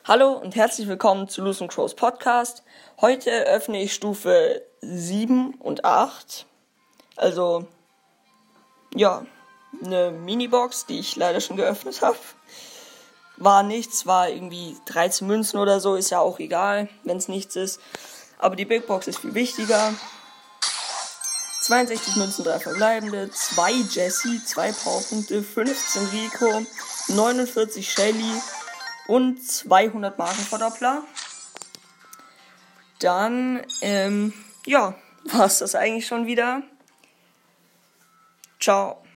Hallo und herzlich willkommen zu Loose & Crows Podcast. Heute öffne ich Stufe 7 und 8. Also, ja, eine Minibox, die ich leider schon geöffnet habe. War nichts, war irgendwie 13 Münzen oder so, ist ja auch egal, wenn es nichts ist. Aber die Big Box ist viel wichtiger. 62 Münzen, 3 verbleibende, 2 Jessie, 2 Powerpunkte, 15 Rico, 49 Shelly und 200 Markenverdoppler. Dann, war es das eigentlich schon wieder. Ciao.